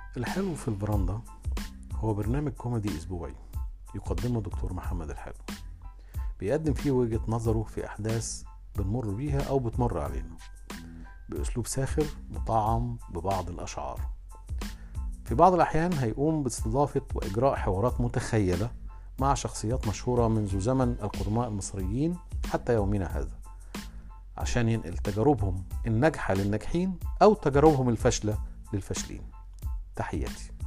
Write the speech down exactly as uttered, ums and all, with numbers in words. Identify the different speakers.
Speaker 1: الحلو في البراندا هو برنامج كوميدي أسبوعي يقدمه دكتور محمد الحلو، بيقدم فيه وجهة نظره في أحداث بنمر بيها أو بتمر علينا بأسلوب ساخر مطعم ببعض الأشعار. في بعض الأحيان هيقوم باستضافة وإجراء حوارات متخيلة مع شخصيات مشهورة منذ زمن القدماء المصريين حتى يومنا هذا، عشان ينقل تجاربهم الناجحة للناجحين أو تجاربهم الفاشلة للفاشلين. تحياتي.